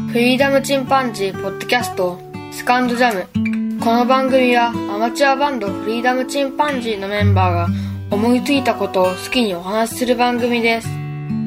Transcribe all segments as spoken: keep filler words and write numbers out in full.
フリーダムチンパンジーポッドキャストセカンドジャム。この番組はアマチュアバンドフリーダムチンパンジーのメンバーが思いついたことを好きにお話しする番組です。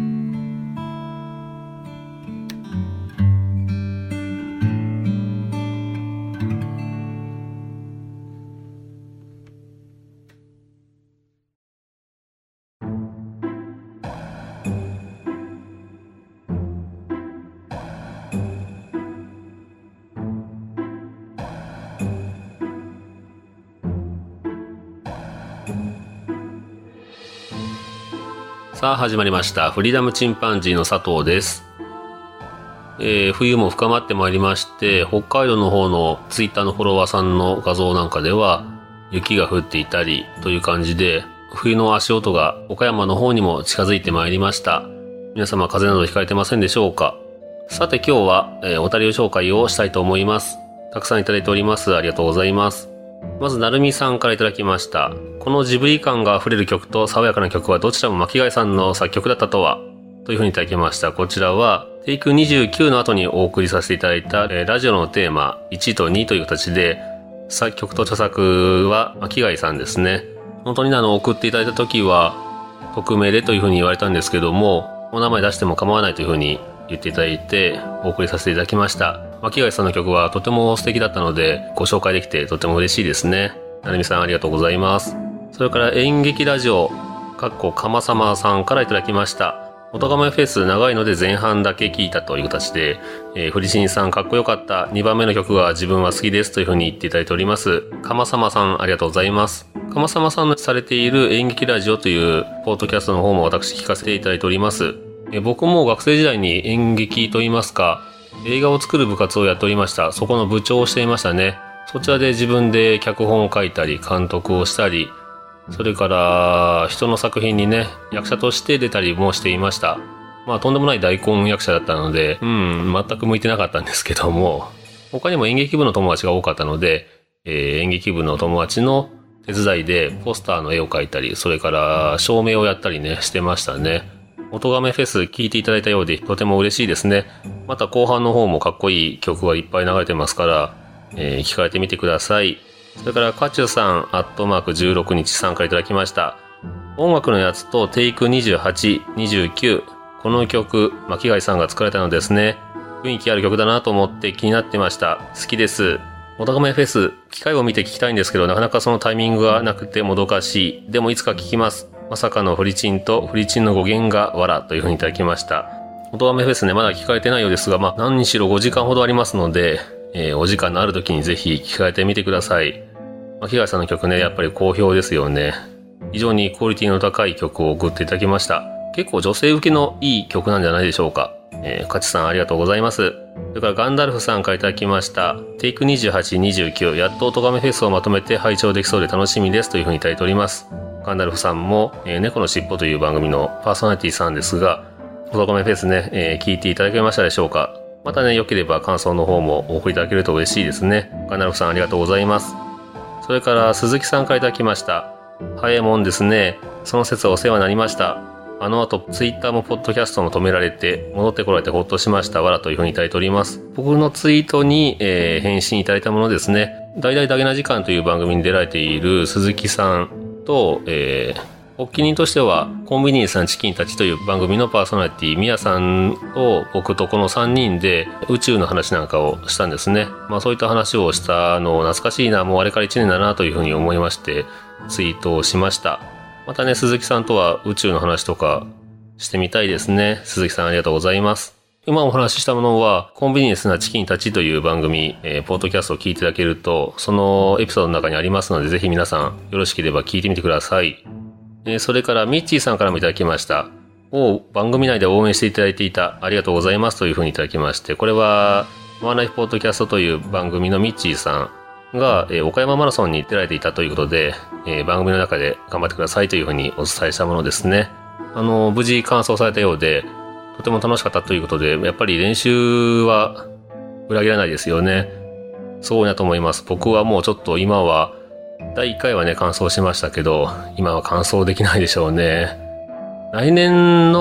さあ始まりました。フリーダムチンパンジーの佐藤です。えー、冬も深まってまいりまして、北海道の方のツイッターのフォロワーさんの画像なんかでは雪が降っていたりという感じで、冬の足音が岡山の方にも近づいてまいりました。皆様風邪などひかれてませんでしょうか。さて今日は、えー、お便り紹介をしたいと思います。たくさんいただいております。ありがとうございます。まずなるみさんからいただきました。このジブリ感が溢れる曲と爽やかな曲はどちらも巻貝さんの作曲だったとは、というふうにいただきました。こちらはテイクにじゅうきゅうの後にお送りさせていただいた、えー、ラジオのテーマいちとにという形で作曲と著作は巻貝さんですね。本当にあの送っていただいた時は匿名でというふうに言われたんですけども、お名前出しても構わないというふうに言っていただいてお送りさせていただきました。巻貝さんの曲はとても素敵だったのでご紹介できてとても嬉しいですね。なるみさんありがとうございます。それから演劇ラジオかっこかまさまさんからいただきました。おとがめフェス長いので前半だけ聞いたという形で、えー、フリシンさんかっこよかった、にばんめの曲が自分は好きですというふうに言っていただいております。かまさまさんありがとうございます。かまさまさんのされている演劇ラジオというポッドキャストの方も私聞かせていただいております。えー、僕も学生時代に演劇といいますか映画を作る部活をやっておりました。そこの部長をしていましたね。そちらで自分で脚本を書いたり監督をしたり、それから人の作品にね役者として出たりもしていました。まあとんでもない大根役者だったのでうん全く向いてなかったんですけども、他にも演劇部の友達が多かったので、えー、演劇部の友達の手伝いでポスターの絵を描いたり、それから照明をやったりねしてましたね。おとがめフェス聞いていただいたようでとても嬉しいですね。また後半の方もかっこいい曲がいっぱい流れてますから、えー、聞かれてみてください。それからカチュさんアットマークじゅうろくにちさんからいただきました。音楽のやつとテイクにじゅうはち、にじゅうきゅう、この曲巻貝さんが作られたのですね。雰囲気ある曲だなと思って気になってました。好きです。おとがめフェス機会を見て聞きたいんですけどなかなかそのタイミングがなくてもどかしい。でもいつか聞きます。まさかのフリチンとフリチンの語源がわらというふうにいただきました。おとがめフェスねまだ聞かれてないようですが、まあ何にしろごじかんほどありますので、えー、お時間のある時にぜひ聞かれてみてください。巻貝さんの曲ねやっぱり好評ですよね。非常にクオリティの高い曲を送っていただきました。結構女性受けのいい曲なんじゃないでしょうか。えー、カチさんありがとうございます。それからガンダルフさんからいただきました。テイクにじゅうはち、にじゅうきゅう、やっとおとがめフェスをまとめて拝聴できそうで楽しみですというふうにいただいております。ガンダルフさんも、えー、猫のしっぽという番組のパーソナリティさんですが、おとがめフェスね、えー、聞いていただけましたでしょうか。またね良ければ感想の方もお送りいただけると嬉しいですね。ガンダルフさんありがとうございます。それから鈴木さんからいただきました。早いもんですね。その説はお世話になりました。あの後ツイッターもポッドキャストも止められて戻ってこられてほっとしましたわらというふうにいただいております。僕のツイートに、えー、返信いただいたものですね。大々だけな時間という番組に出られている鈴木さんと、えー、発起人としてはコンビニエンスなチキンたちという番組のパーソナリティミヤさんと僕とこのさんにんで宇宙の話なんかをしたんですね。まあそういった話をしたのを懐かしいな、もうあれからいちねんだなというふうに思いましてツイートをしました。またね鈴木さんとは宇宙の話とかしてみたいですね。鈴木さんありがとうございます。今お話ししたものはコンビニエンスなチキンたちという番組、えー、ポッドキャストを聞いていただけるとそのエピソードの中にありますのでぜひ皆さんよろしければ聞いてみてください。えー、それからミッチーさんからもいただきました。を番組内で応援していただいていたありがとうございますというふうにいただきまして、これはワンライフポッドキャストという番組のミッチーさんが、えー、岡山マラソンに出られていたということで、えー、番組の中で頑張ってくださいというふうにお伝えしたものですね。あの無事完走されたようでとても楽しかったということで、やっぱり練習は裏切らないですよね。そうだと思います。僕はもうちょっと今はだいいっかいはね完走しましたけど今は完走できないでしょうね。来年の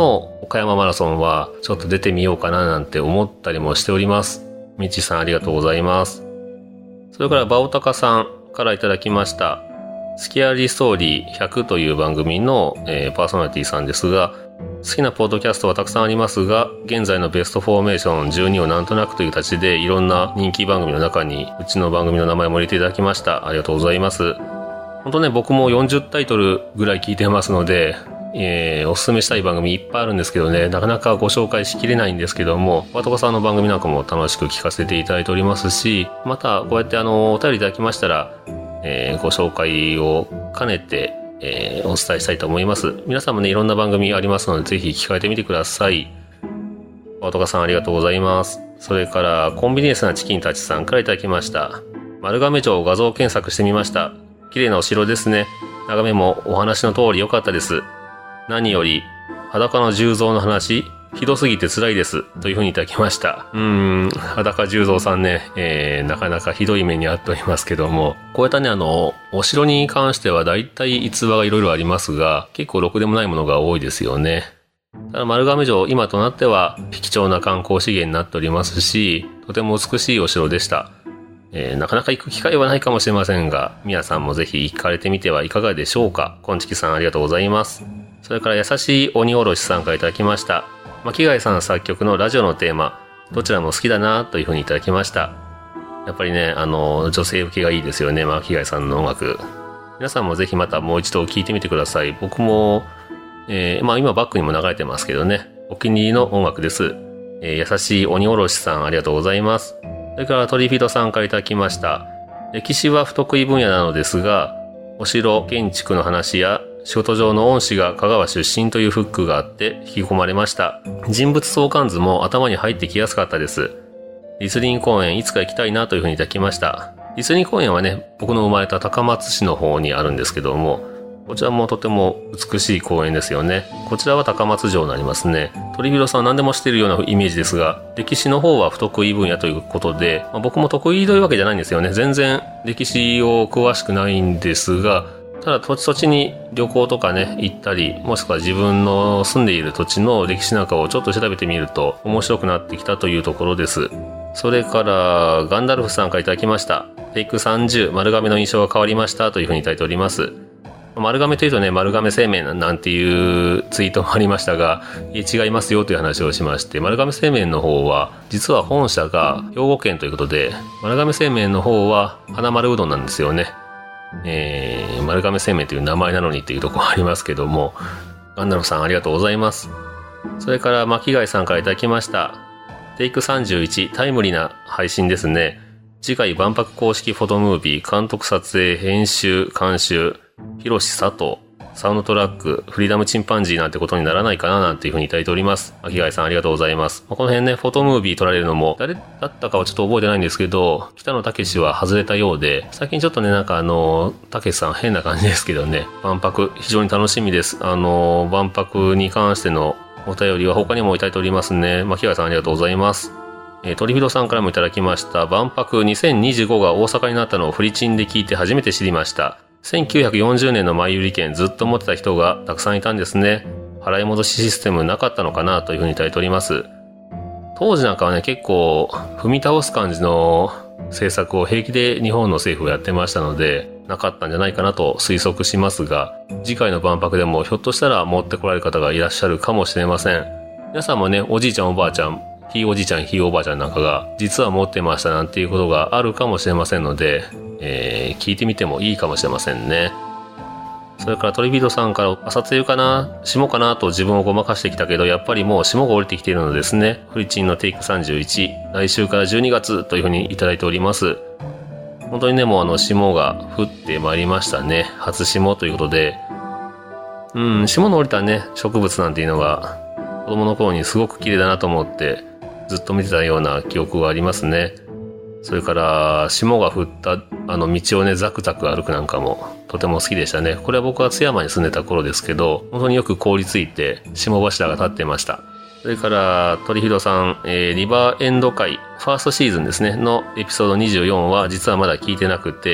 岡山マラソンはちょっと出てみようかななんて思ったりもしております。みちさんありがとうございます。それからバオタカさんからいただきました。スキアリーストーリーひゃくという番組の、えー、パーソナリティさんですが、好きなポッドキャストはたくさんありますが、現在のベストフォーメーションじゅうにをなんとなくという形でいろんな人気番組の中にうちの番組の名前も入れていただきました。ありがとうございます。本当ね、僕もよんじゅうタイトルぐらい聞いてますので、えー、おすすめしたい番組いっぱいあるんですけどね、なかなかご紹介しきれないんですけども、バトカさんの番組なんかも楽しく聞かせていただいておりますし、またこうやってあのお便りいただきましたら、えー、ご紹介を兼ねて、えー、お伝えしたいと思います。皆さんもね、いろんな番組ありますので、ぜひ聞かれてみてください。バトカさんありがとうございます。それからコンビニエンスなチキンたちさんからいただきました。丸亀城を画像検索してみました。綺麗なお城ですね。眺めもお話の通り良かったです。何より裸の十三の話ひどすぎて辛いですというふうにいただきました。うーん裸十三さんね、えー、なかなかひどい目に遭っておりますけども、こういったね、あのお城に関してはだいたい逸話がいろいろありますが、結構ろくでもないものが多いですよね。ただ丸亀城、今となっては貴重な観光資源になっておりますし、とても美しいお城でした。えー、なかなか行く機会はないかもしれませんが、皆さんもぜひ行かれてみてはいかがでしょうか。こんちきさんありがとうございます。それから優しい鬼おろしさんからいただきました。巻貝さん作曲のラジオのテーマ、どちらも好きだなというふうにいただきました。やっぱりね、あの女性受けがいいですよね、巻貝さんの音楽。皆さんもぜひまたもう一度聴いてみてください。僕も、えー、まあ今バックにも流れてますけどね、お気に入りの音楽です。えー、優しい鬼おろしさんありがとうございます。それからトリフィドさんからいただきました。歴史は不得意分野なのですが、お城建築の話や仕事上の恩師が香川出身というフックがあって引き込まれました。人物相関図も頭に入ってきやすかったです。リスリン公園いつか行きたいなというふうにいただきました。リスリン公園はね、僕の生まれた高松市の方にあるんですけども、こちらもとても美しい公園ですよね。こちらは高松城になりますね。鳥広さんは何でも知っているようなイメージですが、歴史の方は不得意分野ということで、まあ、僕も得意というわけじゃないんですよね。全然歴史を詳しくないんですが、ただ土地土地に旅行とかね行ったり、もしくは自分の住んでいる土地の歴史なんかをちょっと調べてみると面白くなってきたというところです。それからガンダルフさんからいただきました。テイクさんじゅう、丸亀の印象が変わりましたというふうにいただいております。丸亀というとね、丸亀製麺なんていうツイートもありましたが、違いますよという話をしまして、丸亀製麺の方は実は本社が兵庫県ということで、丸亀製麺の方は花丸うどんなんですよね。えー、丸亀製麺という名前なのにというところありますけども、ガンダルフさんありがとうございます。それから巻貝さんからいただきました。テイクさんじゅういち、タイムリーな配信ですね。次回万博公式フォトムービー、監督撮影、編集、監修、広志佐藤、サウンドトラック、フリーダムチンパンジーなんてことにならないかななんていうふうにいただいております。巻貝さんありがとうございます。この辺ね、フォトムービー撮られるのも誰だったかはちょっと覚えてないんですけど、北野武は外れたようで、最近ちょっとね、なんかあの武さん変な感じですけどね、万博非常に楽しみです。あの万博に関してのお便りは他にもいただいておりますね。巻貝さんありがとうございます。えー、鳥広さんからもいただきました。万博にせんにじゅうごが大阪になったのをフリチンで聞いて初めて知りました。せんきゅうひゃくよんじゅうねんの前売り券ずっと持ってた人がたくさんいたんですね。払い戻しシステムなかったのかなというふうにいただいております。当時なんかはね、結構踏み倒す感じの政策を平気で日本の政府がやってましたので、なかったんじゃないかなと推測しますが、次回の万博でもひょっとしたら持ってこられる方がいらっしゃるかもしれません。皆さんもね、おじいちゃんおばあちゃん、ひいおじいちゃんひいおばあちゃんなんかが実は持ってましたなんていうことがあるかもしれませんので、えー、聞いてみてもいいかもしれませんね。それからトリビドさんから朝露かな霜かなと自分をごまかしてきたけど、やっぱりもう霜が降りてきているのですね。フリチンのテイクさんじゅういち、来週からじゅうにがつというふうにいただいております。本当にね、もうあの霜が降ってまいりましたね。初霜ということで、うん霜の降りたね植物なんていうのが子供の頃にすごく綺麗だなと思ってずっと見てたような記憶がありますね。それから霜が降ったあの道をねザクザク歩くなんかもとても好きでしたね。これは僕は津山に住んでた頃ですけど、本当によく凍りついて霜柱が立ってました。それから鳥広さん、えー、リバーエンド会ファーストシーズンですねのエピソードにじゅうよんは実はまだ聞いてなくて、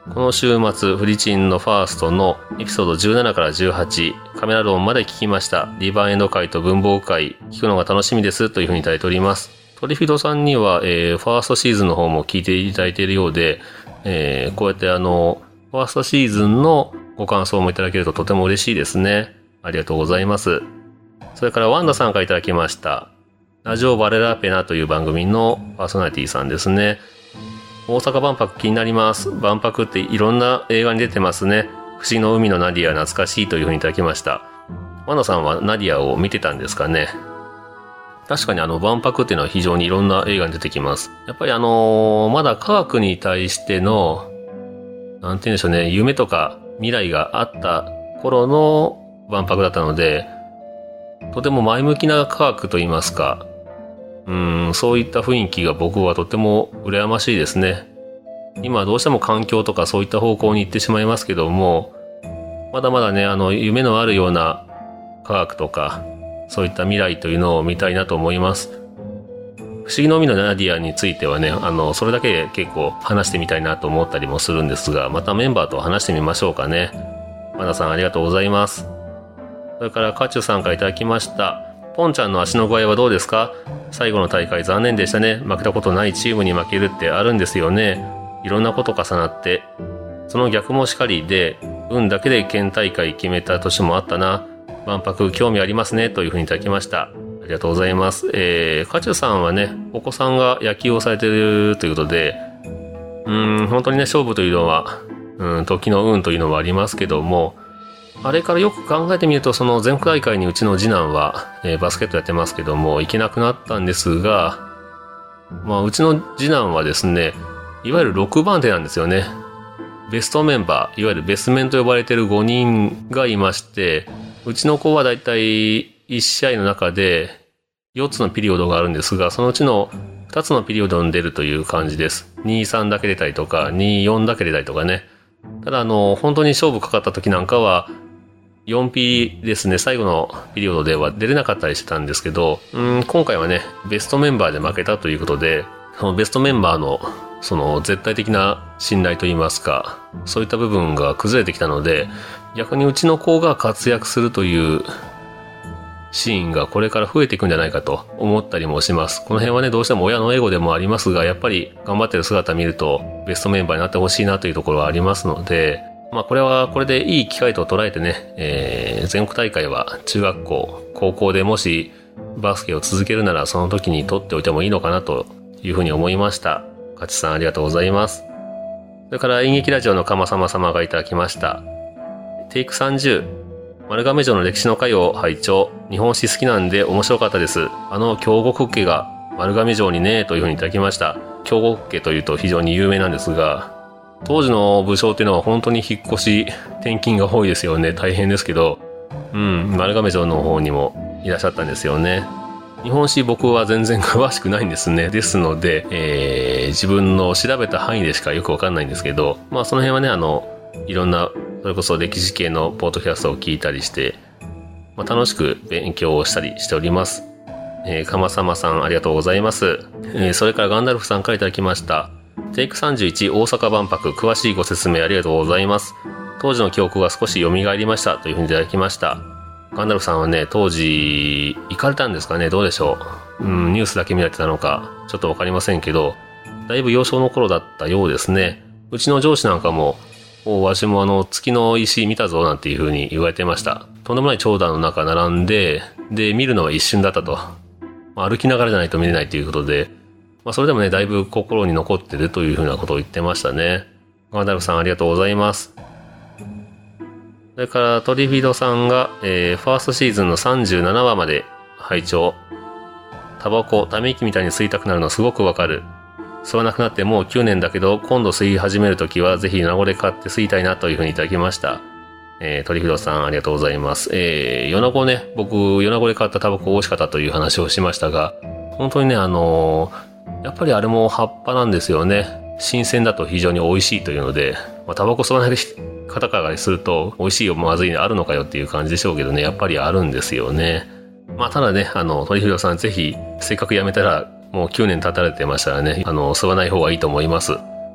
この週末、フリチンのファーストのエピソードじゅうななからじゅうはち、カメラローンまで聞きました。リバーエンド会と文房会、聞くのが楽しみですというふうにいただいております。トリフィドさんには、えー、ファーストシーズンの方も聞いていただいているようで、えー、こうやってあの、ファーストシーズンのご感想もいただけるととても嬉しいですね。ありがとうございます。それからワンダさんからいただきました。ラジオバレラペナという番組のパーソナリティさんですね。大阪万博気になります。万博っていろんな映画に出てますね。不思議の海のナディア懐かしいというふうにいただきました。ワンダさんはナディアを見てたんですかね。確かにあの万博っていうのは非常にいろんな映画に出てきます。やっぱりあのー、まだ科学に対しての、なんて言うんでしょうね、夢とか未来があった頃の万博だったので、とても前向きな科学といいますか、うん、そういった雰囲気が僕はとても羨ましいですね。今どうしても環境とかそういった方向に行ってしまいますけども、まだまだね、あの、夢のあるような科学とか、そういった未来というのを見たいなと思います。不思議の海のナディアについてはね、あの、それだけで結構話してみたいなと思ったりもするんですが、またメンバーと話してみましょうかね。マナさんありがとうございます。それからカチュさんからいただきました。ポンちゃんの足の具合はどうですか？最後の大会残念でしたね。負けたことないチームに負けるってあるんですよね。いろんなこと重なって。その逆もしかりで、運だけで県大会決めた年もあったな。万博興味ありますね。というふうにいただきました。ありがとうございます。えー、カチュさんはね、お子さんが野球をされているということで、うーん、本当にね、勝負というのは、うん、時の運というのもありますけども、あれからよく考えてみると、その全国大会にうちの次男は、えー、バスケットやってますけども、行けなくなったんですが、まあ、うちの次男はですね、いわゆるろくばん手なんですよね。ベストメンバー、いわゆるベスメンと呼ばれているごにんがいまして、うちの子はだいたいいち試合の中でよっつのピリオドがあるんですが、そのうちのふたつのピリオドに出るという感じです。に、さんだけ出たりとか、に、よんだけ出たりとかね。ただあの、本当に勝負かかった時なんかは、よんピーですね、最後のピリオドでは出れなかったりしてたんですけど、うん、今回はね、ベストメンバーで負けたということで、そのベストメンバーの、その絶対的な信頼といいますか、そういった部分が崩れてきたので、逆にうちの子が活躍するというシーンがこれから増えていくんじゃないかと思ったりもします。この辺はね、どうしても親のエゴでもありますが、やっぱり頑張ってる姿を見ると、ベストメンバーになってほしいなというところはありますので、まあこれはこれでいい機会と捉えてね、えー、全国大会は中学校、高校でもしバスケを続けるならその時に取っておいてもいいのかなというふうに思いました。カチさんありがとうございます。それから演劇ラジオのかまさま様がいただきました。テイクさんじゅう、丸亀城の歴史の回を拝聴。日本史好きなんで面白かったです。あの京極家が丸亀城にね、というふうにいただきました。京極家というと非常に有名なんですが、当時の武将っていうのは本当に引っ越し、転勤が多いですよね。大変ですけど、うん、丸亀城の方にもいらっしゃったんですよね。日本史僕は全然詳しくないんですね。ですので、えー、自分の調べた範囲でしかよくわかんないんですけど、まあその辺はね、あの、いろんな、それこそ歴史系のポッドキャストを聞いたりして、まあ、楽しく勉強をしたりしております。えー、かまさまさんありがとうございます。えー、それからガンダルフさんからいただきました。テイクさんじゅういち大阪万博詳しいご説明ありがとうございます。当時の記憶が少し蘇りましたというふうにいただきました。ガンダルフさんはね、当時行かれたんですかね、どうでしょう。うん、ニュースだけ見られてたのか、ちょっとわかりませんけど、だいぶ幼少の頃だったようですね。うちの上司なんかも、おわしもあの月の石見たぞなんていう風に言われてました。とんでもない長蛇の中並んで、で、見るのは一瞬だったと。まあ、歩きながらじゃないと見れないということで、まあそれでもね、だいぶ心に残ってるという風なことを言ってましたね。ガンダルフさんありがとうございます。それからトリフィドさんが、えー、ファーストシーズンのさんじゅうななわまで拝聴。タバコ、ため息みたいに吸いたくなるのすごくわかる。吸わなくなってもうきゅうねんだけど、今度吸い始めるときはぜひ名残で買って吸いたいなというふうにいただきました。えー、トリフィドさんありがとうございます。えー、米子ね、僕、米子で買ったタバコ美味しかったという話をしましたが、本当にね、あのー、やっぱりあれも葉っぱなんですよね。新鮮だと非常に美味しいというので、まあ、タバコ吸わない方からすると、美味しいよ、まずいのあるのかよっていう感じでしょうけどね、やっぱりあるんですよね。まあ、ただね、あの、トリフィドさんぜひ、せっかくやめたら、もうきゅうねん経たれてましたらね、あの、吸わない方がいいと思います。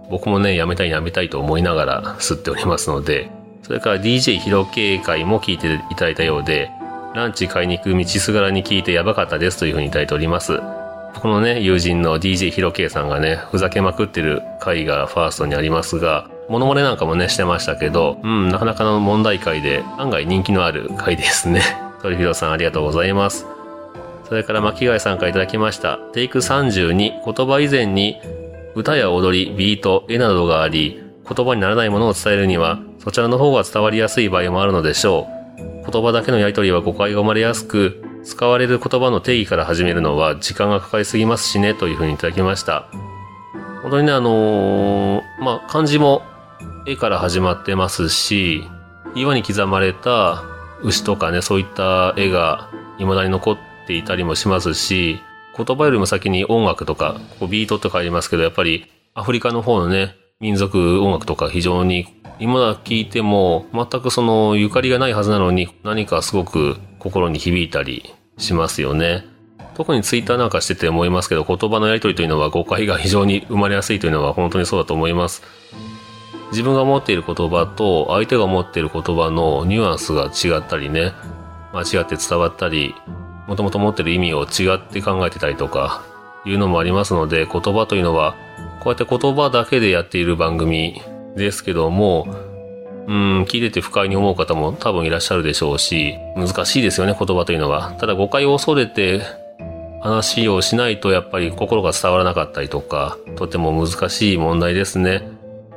僕もね、やめたいやめたいと思いながら吸っておりますので、それから ディージェー ヒロケ会も聞いていただいたようで、ランチ買いに行く道すがらに聞いてやばかったですというふうにいただいております。僕のね、友人の ディージェー ヒロケさんがね、ふざけまくってる回がファーストにありますが、モノマネなんかもね、してましたけど、うん、なかなかの問題回で、案外人気のある回ですね。トリフィロさんありがとうございます。それから巻貝さんからいただきました。テイクさんじゅうに、言葉以前に歌や踊り、ビート、絵などがあり、言葉にならないものを伝えるには、そちらの方が伝わりやすい場合もあるのでしょう。言葉だけのやり取りは誤解が生まれやすく、使われる言葉の定義から始めるのは時間がかかりすぎますしね、というふうにいただきました。本当にね、あのー、まあ、漢字も絵から始まってますし、岩に刻まれた牛とかね、そういった絵が未だに残っていたりもしますし、言葉よりも先に音楽とか、ここビートとかありますけど、やっぱりアフリカの方のね、民族音楽とか非常に今聞いても全くそのゆかりがないはずなのに何かすごく心に響いたりしますよね。特にツイッターなんかしてて思いますけど、言葉のやり取りというのは誤解が非常に生まれやすいというのは本当にそうだと思います。自分が持っている言葉と相手が持っている言葉のニュアンスが違ったりね、間違って伝わったり、もともと持っている意味を違って考えてたりとかいうのもありますので、言葉というのはこうやって言葉だけでやっている番組ですけども、うん、聞いてて不快に思う方も多分いらっしゃるでしょうし、難しいですよね、言葉というのは。ただ誤解を恐れて話をしないとやっぱり心が伝わらなかったりとか、とても難しい問題ですね。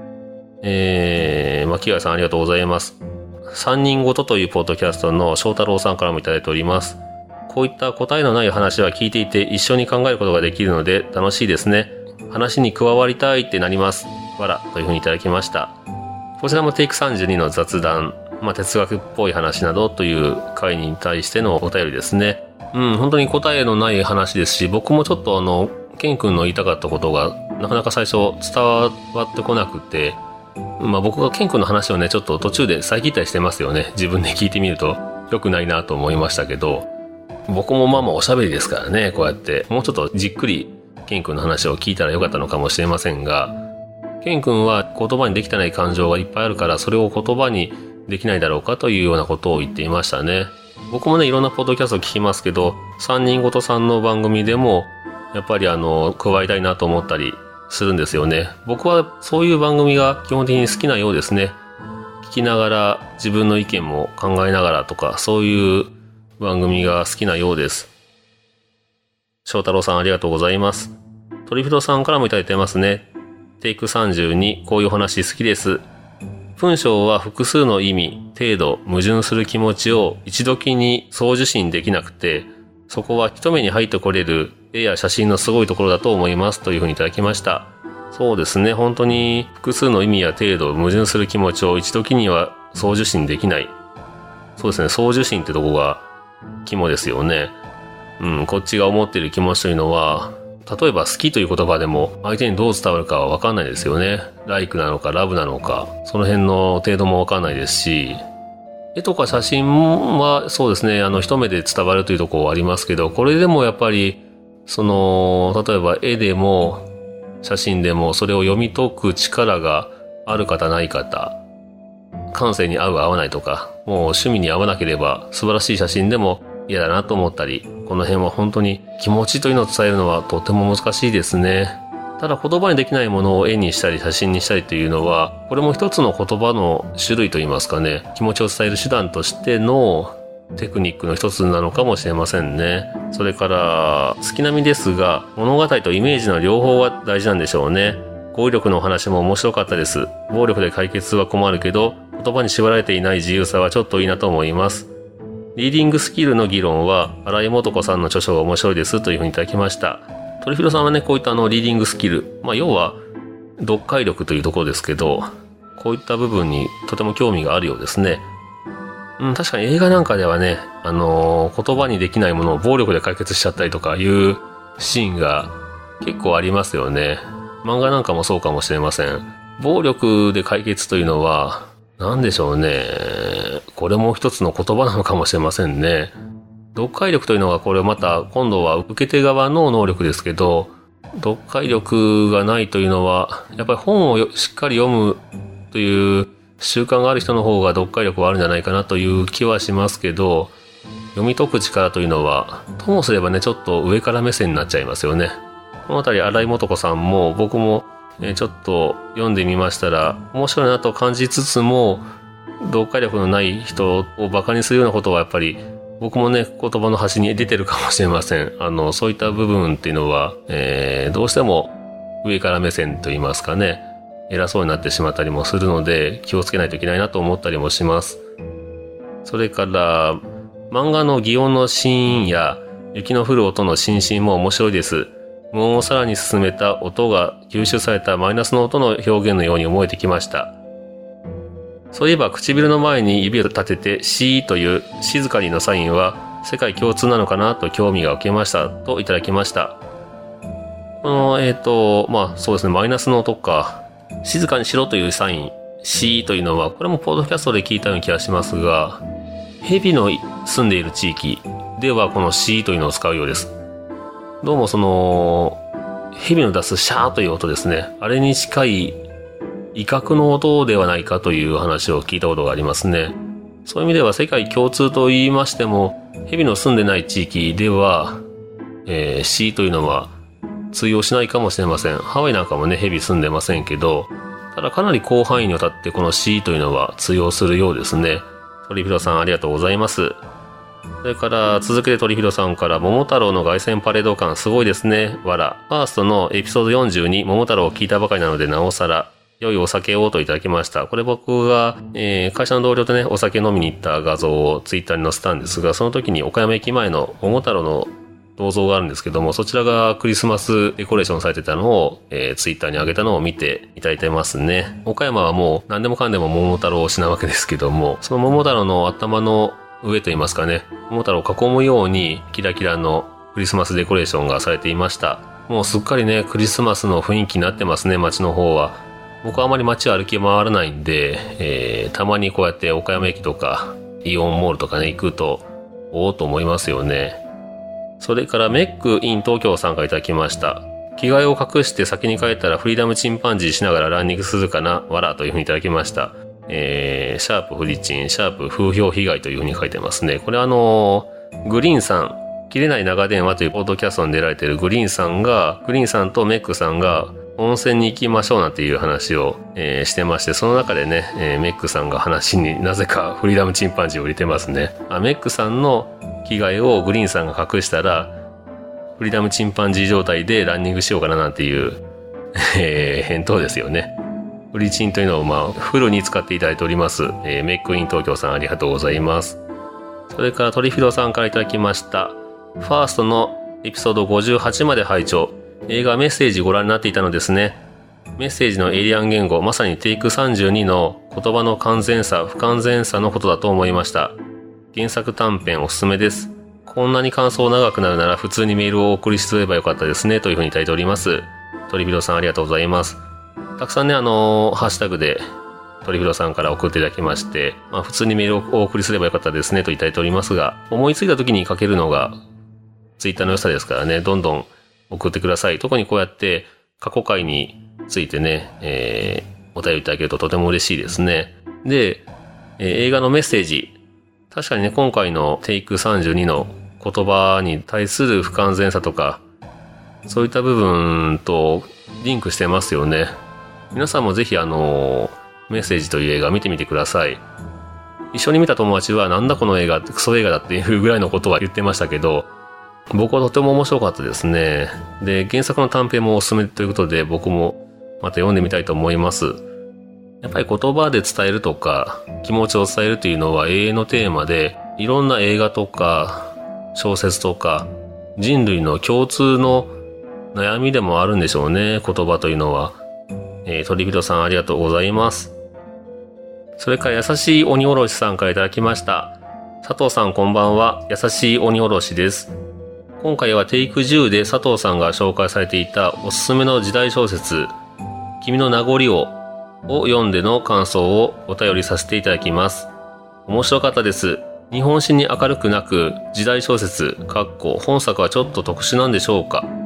えー、巻貝さんありがとうございます。三人ごとというポッドキャストの翔太郎さんからもいただいております。こういった答えのない話は聞いていて一緒に考えることができるので楽しいですね。話に加わりたいってなります。わら、というふうにいただきました。こちらもテイクさんじゅうにの雑談、まあ、哲学っぽい話などという回に対してのお便りですね。うん、本当に答えのない話ですし、僕もちょっとあの、ケン君の言いたかったことがなかなか最初伝わってこなくて、まあ僕がケン君の話をね、ちょっと途中で遮ったりしてますよね。自分で聞いてみると良くないなと思いましたけど、僕もまあまあおしゃべりですからね、こうやってもうちょっとじっくりケン君の話を聞いたらよかったのかもしれませんが、ケン君は言葉にできてない感情がいっぱいあるから、それを言葉にできないだろうかというようなことを言っていましたね。僕もね、いろんなポッドキャストを聞きますけど、三人ごとさんの番組でもやっぱりあの加えたいなと思ったりするんですよね。僕はそういう番組が基本的に好きなようですね。聞きながら自分の意見も考えながらとか、そういう番組が好きなようです。翔太郎さんありがとうございます。トリフィドさんからもいただいてますね。テイクさんじゅうに、こういう話好きです。文章は複数の意味、程度、矛盾する気持ちを一時に送受信できなくて、そこは一目に入ってこれる絵や写真のすごいところだと思いますというふうにいただきました。そうですね、本当に複数の意味や程度、矛盾する気持ちを一時には送受信できない。そうですね、送受信ってとこが肝ですよね。うん、こっちが思っている気持ちというのは、例えば好きという言葉でも相手にどう伝わるかはわかんないですよね。ライクなのかラブなのか、その辺の程度もわかんないですし、絵とか写真はそうですね、あの一目で伝わるというところはありますけど、これでもやっぱりその例えば絵でも写真でもそれを読み解く力がある方ない方、感性に合う合わないとか、もう趣味に合わなければ素晴らしい写真でも嫌だなと思ったり、この辺は本当に気持ちというのを伝えるのはとても難しいですね。ただ言葉にできないものを絵にしたり写真にしたりというのは、これも一つの言葉の種類といいますかね、気持ちを伝える手段としてのテクニックの一つなのかもしれませんね。それから月並みですが、物語とイメージの両方は大事なんでしょうね。語彙力のお話も面白かったです。暴力で解決は困るけど、言葉に縛られていない自由さはちょっといいなと思います。リーディングスキルの議論は新井素子さんの著書が面白いですというふうにいただきました。トリフィロさんはね、こういったあのリーディングスキル、まあ要は読解力というところですけど、こういった部分にとても興味があるようですね。うん、確かに映画なんかではね、あのー、言葉にできないものを暴力で解決しちゃったりとかいうシーンが結構ありますよね。漫画なんかもそうかもしれません。暴力で解決というのはなんでしょうね。これも一つの言葉なのかもしれませんね。読解力というのはこれまた今度は受け手側の能力ですけど、 読解力がないというのは、やっぱり本をしっかり読むという習慣がある人の方が読解力はあるんじゃないかなという気はしますけど、読み解く力というのは、ともすればね、ちょっと上から目線になっちゃいますよね。このあたり、新井素子さんも、僕も、えー、ちょっと読んでみましたら、面白いなと感じつつも、読解力のない人をバカにするようなことはやっぱり、僕もね、言葉の端に出てるかもしれません。あの、そういった部分っていうのは、えー、どうしても上から目線と言いますかね、偉そうになってしまったりもするので、気をつけないといけないなと思ったりもします。それから、漫画の擬音のシーンや、雪の降る音の心身も面白いです。無音をさらに進めた音が吸収されたマイナスの音の表現のように思えてきました。そういえば唇の前に指を立ててシーという静かにのサインは世界共通なのかなと興味が受けましたといただきました。この、えっと、まあそうですね、マイナスの音か。静かにしろというサイン、シーというのは、これもポッドキャストで聞いたような気がしますが、蛇の住んでいる地域ではこのシーというのを使うようです。どうもその、蛇の出すシャーという音ですね。あれに近い威嚇の音ではないかという話を聞いたことがありますね。そういう意味では世界共通と言いましても、蛇の住んでない地域では、えー、シーというのは通用しないかもしれません。ハワイなんかもね、蛇住んでませんけど、ただかなり広範囲にわたってこのシーというのは通用するようですね。鳥広さんありがとうございます。それから続けて鳥広さんから、桃太郎の凱旋パレード感すごいですね。わら。ファーストのエピソードよんじゅうに、桃太郎を聞いたばかりなのでなおさら。良いお酒をといただきました。これ僕が、えー、会社の同僚とね、お酒飲みに行った画像をツイッターに載せたんですが、その時に岡山駅前の桃太郎の銅像があるんですけども、そちらがクリスマスデコレーションされてたのを、えー、ツイッターに上げたのを見ていただいてますね。岡山はもう何でもかんでも桃太郎推しなわけですけども、その桃太郎の頭の上といいますかね、桃太郎を囲むようにキラキラのクリスマスデコレーションがされていました。もうすっかりね、クリスマスの雰囲気になってますね、街の方は。僕はあまり街を歩き回らないんで、えー、たまにこうやって岡山駅とかイオンモールとかね行くとおおと思いますよね。それからメックイン東京さんからいただきました。着替えを隠して先に帰ったらフリーダムチンパンジーしながらランニングするかなわらというふうにいただきました。えー、シャープフリチン、シャープ風評被害というふうに書いてますね。これあのー、グリーンさん、切れない長電話というポッドキャストに出られているグリーンさんが、グリーンさんとメックさんが温泉に行きましょうなんていう話を、えー、してまして、その中でね、えー、メックさんが話になぜかフリーダムチンパンジーを入れてますね。あ、メックさんの着替えをグリーンさんが隠したら、フリーダムチンパンジー状態でランニングしようかななんていう、えー、返答ですよね。フリチンというのをまあ、フルに使っていただいております。えー、メックイン東京さんありがとうございます。それからトリフィドさんからいただきました。ファーストのエピソードごじゅうはちまで拝聴。映画メッセージご覧になっていたのですね。メッセージのエイリアン言語、まさにテイクさんじゅうにの言葉の完全さ、不完全さのことだと思いました。原作短編おすすめです。こんなに感想長くなるなら普通にメールをお送りすればよかったですね、というふうにいただいております。トリビロさんありがとうございます。たくさんね、あのー、ハッシュタグでトリビロさんから送っていただきまして、まあ普通にメールをお送りすればよかったですね、といただいておりますが、思いついた時に書けるのがツイッターの良さですからね、どんどん送ってください。特にこうやって過去回についてね、えー、お便りいただけるととても嬉しいですね。で、えー、映画のメッセージ。確かにね、今回のテイクさんじゅうにの言葉に対する不完全さとか、そういった部分とリンクしてますよね。皆さんもぜひあの、メッセージという映画見てみてください。一緒に見た友達はなんだこの映画、クソ映画だっていうぐらいのことは言ってましたけど、僕はとても面白かったですね。で、原作の短編もおすすめということで僕もまた読んでみたいと思います。やっぱり言葉で伝えるとか気持ちを伝えるというのは永遠のテーマで、いろんな映画とか小説とか人類の共通の悩みでもあるんでしょうね、言葉というのは。えー、鳥人さんありがとうございます。それから優しい鬼おろしさんからいただきました。佐藤さんこんばんは。優しい鬼おろしです。今回はテイクじゅうで佐藤さんが紹介されていたおすすめの時代小説、君の名残をを読んでの感想をお便りさせていただきます。面白かったです。日本史に明るくなく時代小説、かっこ本作はちょっと特殊なんでしょうか。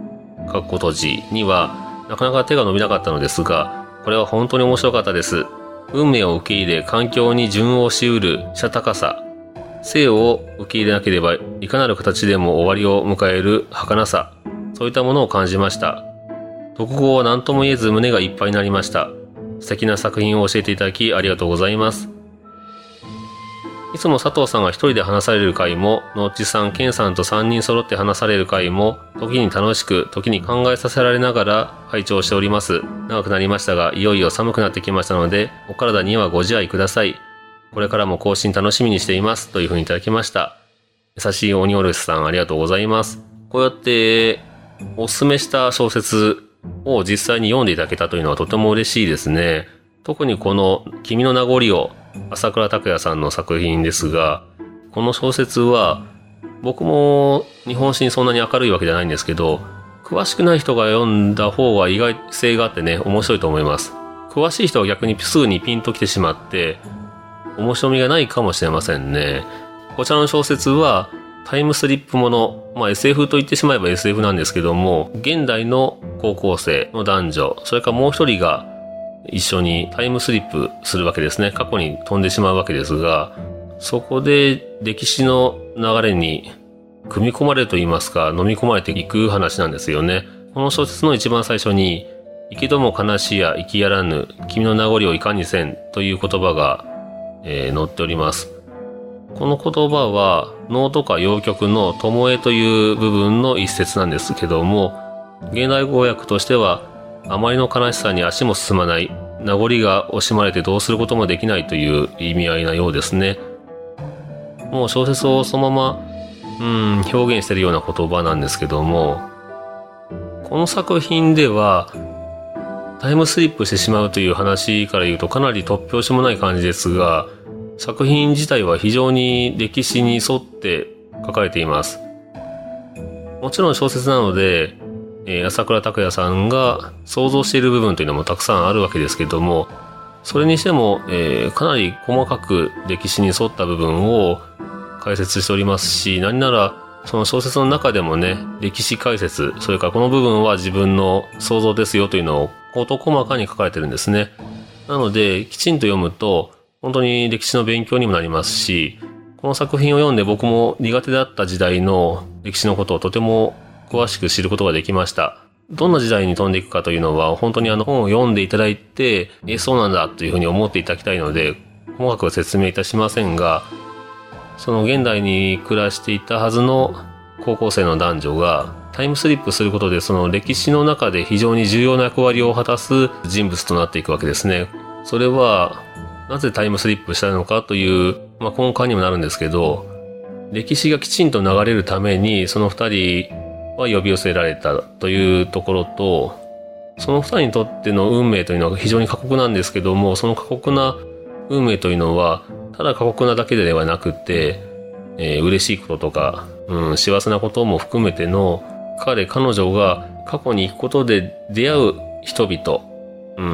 かっこ閉じにはなかなか手が伸びなかったのですが、これは本当に面白かったです。運命を受け入れ、環境に順応しうるしたたかさ、生を受け入れなければいかなる形でも終わりを迎える儚さ、そういったものを感じました。読後は何とも言えず胸がいっぱいになりました。素敵な作品を教えていただきありがとうございます。いつも佐藤さんが一人で話される回も、のっちさん、けんさんとさんにん揃って話される回も、時に楽しく、時に考えさせられながら拝聴しております。長くなりましたが、いよいよ寒くなってきましたので、お体にはご自愛ください。これからも更新楽しみにしています。というふうにいただきました。優しい鬼おろしさんありがとうございます。こうやって、おすすめした小説を実際に読んでいただけたというのはとても嬉しいですね。特にこの、君の名残を、朝倉拓也さんの作品ですが、この小説は僕も日本史にそんなに明るいわけじゃないんですけど、詳しくない人が読んだ方が意外性があってね、面白いと思います。詳しい人は逆にすぐにピンときてしまって面白みがないかもしれませんね。こちらの小説はタイムスリップもの、まあ エスエフ と言ってしまえば エスエフ なんですけども、現代の高校生の男女、それからもう一人が一緒にタイムスリップするわけですね。過去に飛んでしまうわけですが、そこで歴史の流れに組み込まれると言いますか、飲み込まれていく話なんですよね。この小説の一番最初に、生きども悲しや生きやらぬ、君の名残をいかにせんという言葉が、えー、載っております。この言葉は、能とか謡曲の巴という部分の一節なんですけども、現代語訳としては、あまりの悲しさに足も進まない、名残が惜しまれてどうすることもできないという意味合いなようですね。もう小説をそのまま、うん、表現しているような言葉なんですけども、この作品では、タイムスリップしてしまうという話から言うとかなり突拍子もない感じですが、作品自体は非常に歴史に沿って書かれています。もちろん小説なので、えー、朝倉拓也さんが想像している部分というのもたくさんあるわけですけども、それにしても、えー、かなり細かく歴史に沿った部分を解説しておりますし、何ならその小説の中でもね、歴史解説、それからこの部分は自分の想像ですよというのを事細かに書かれてるんですね。なので、きちんと読むと本当に歴史の勉強にもなりますし、この作品を読んで僕も苦手だった時代の歴史のことをとても詳しく知ることができました。どんな時代に飛んでいくかというのは本当にあの本を読んでいただいて、え、そうなんだというふうに思っていただきたいので、細かく説明いたしませんが、その現代に暮らしていたはずの高校生の男女がタイムスリップすることでその歴史の中で非常に重要な役割を果たす人物となっていくわけですね。それはなぜタイムスリップしたのかという、まあ、根幹にもなるんですけど、歴史がきちんと流れるためにその二人は呼び寄せられたというところと、その二人にとっての運命というのは非常に過酷なんですけども、その過酷な運命というのはただ過酷なだけではなくて、えー、嬉しいこととか、うん、幸せなことも含めての彼彼女が過去に行くことで出会う人々、うん、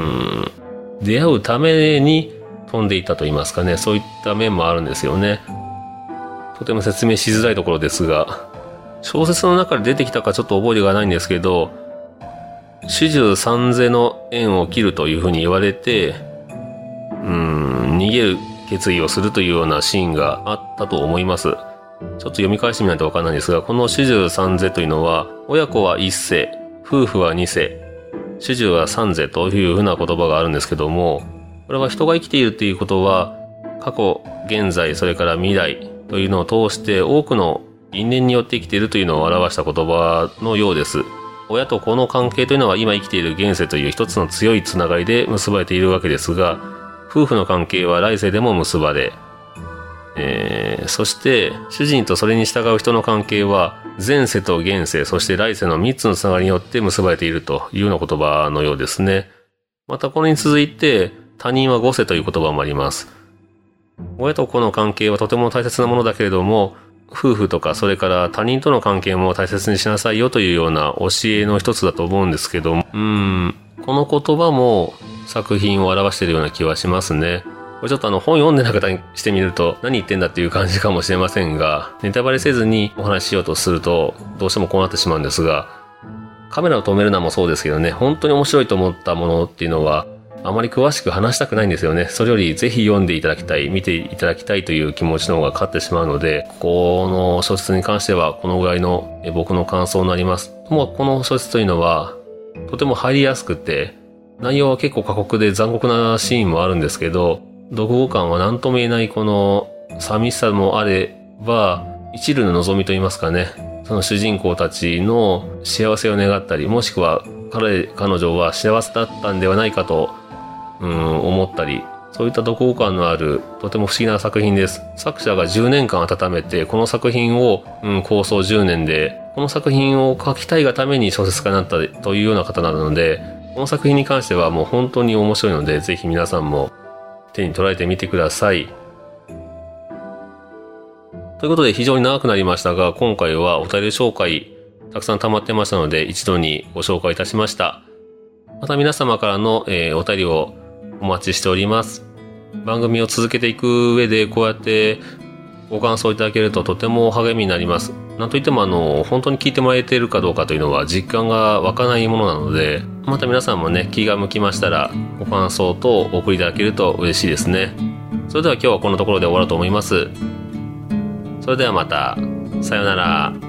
出会うために飛んでいったと言いますかね、そういった面もあるんですよね。とても説明しづらいところですが、小説の中で出てきたかちょっと覚えがないんですけど、始終三世の縁を切るというふうに言われて、うーん、逃げる決意をするというようなシーンがあったと思います。ちょっと読み返してみないとわかんないんですが、この始終三世というのは、親子は一世、夫婦は二世、始終は三世というふうな言葉があるんですけども、これは人が生きているということは、過去、現在、それから未来というのを通して多くの因縁によって生きているというのを表した言葉のようです。親と子の関係というのは今生きている現世という一つの強いつながりで結ばれているわけですが、夫婦の関係は来世でも結ばれ、えー、そして主人とそれに従う人の関係は前世と現世、そして来世の三つのつながりによって結ばれているというような言葉のようですね。またこれに続いて他人は五世という言葉もあります。親と子の関係はとても大切なものだけれども、夫婦とかそれから他人との関係も大切にしなさいよというような教えの一つだと思うんですけど、うーん、この言葉も作品を表しているような気はしますね。これちょっとあの本読んでない方にしてみると何言ってんだっていう感じかもしれませんが、ネタバレせずにお話ししようとするとどうしてもこうなってしまうんですが、 カメラを止めるのもそうですけどね、本当に面白いと思ったものっていうのはあまり詳しく話したくないんですよね。それよりぜひ読んでいただきたい、見ていただきたいという気持ちの方が勝ってしまうので、この小説に関してはこのぐらいの僕の感想になります。もうこの小説というのはとても入りやすくて、内容は結構過酷で残酷なシーンもあるんですけど、読後感は何とも言えないこの寂しさもあれば、一縷の望みと言いますかね、その主人公たちの幸せを願ったり、もしくは彼、彼女は幸せだったんではないかと、うん、思ったり、そういった読後感のある、とても不思議な作品です。作者がじゅうねんかん温めて、この作品を、うん、構想じゅうねんで、この作品を書きたいがために小説家になったというような方なので、この作品に関してはもう本当に面白いので、ぜひ皆さんも手に捉えてみてください。ということで非常に長くなりましたが、今回はお便り紹介たくさん溜まってましたので、一度にご紹介いたしました。また皆様からの、えー、お便りをお待ちしております。番組を続けていく上でこうやってご感想いただけるととても励みになります。なんといってもあの、本当に聞いてもらえているかどうかというのは実感が湧かないものなので、また皆さんもね、気が向きましたらご感想等お送りいただけると嬉しいですね。それでは今日はこのところで終わろうと思います。それではまた。さようなら。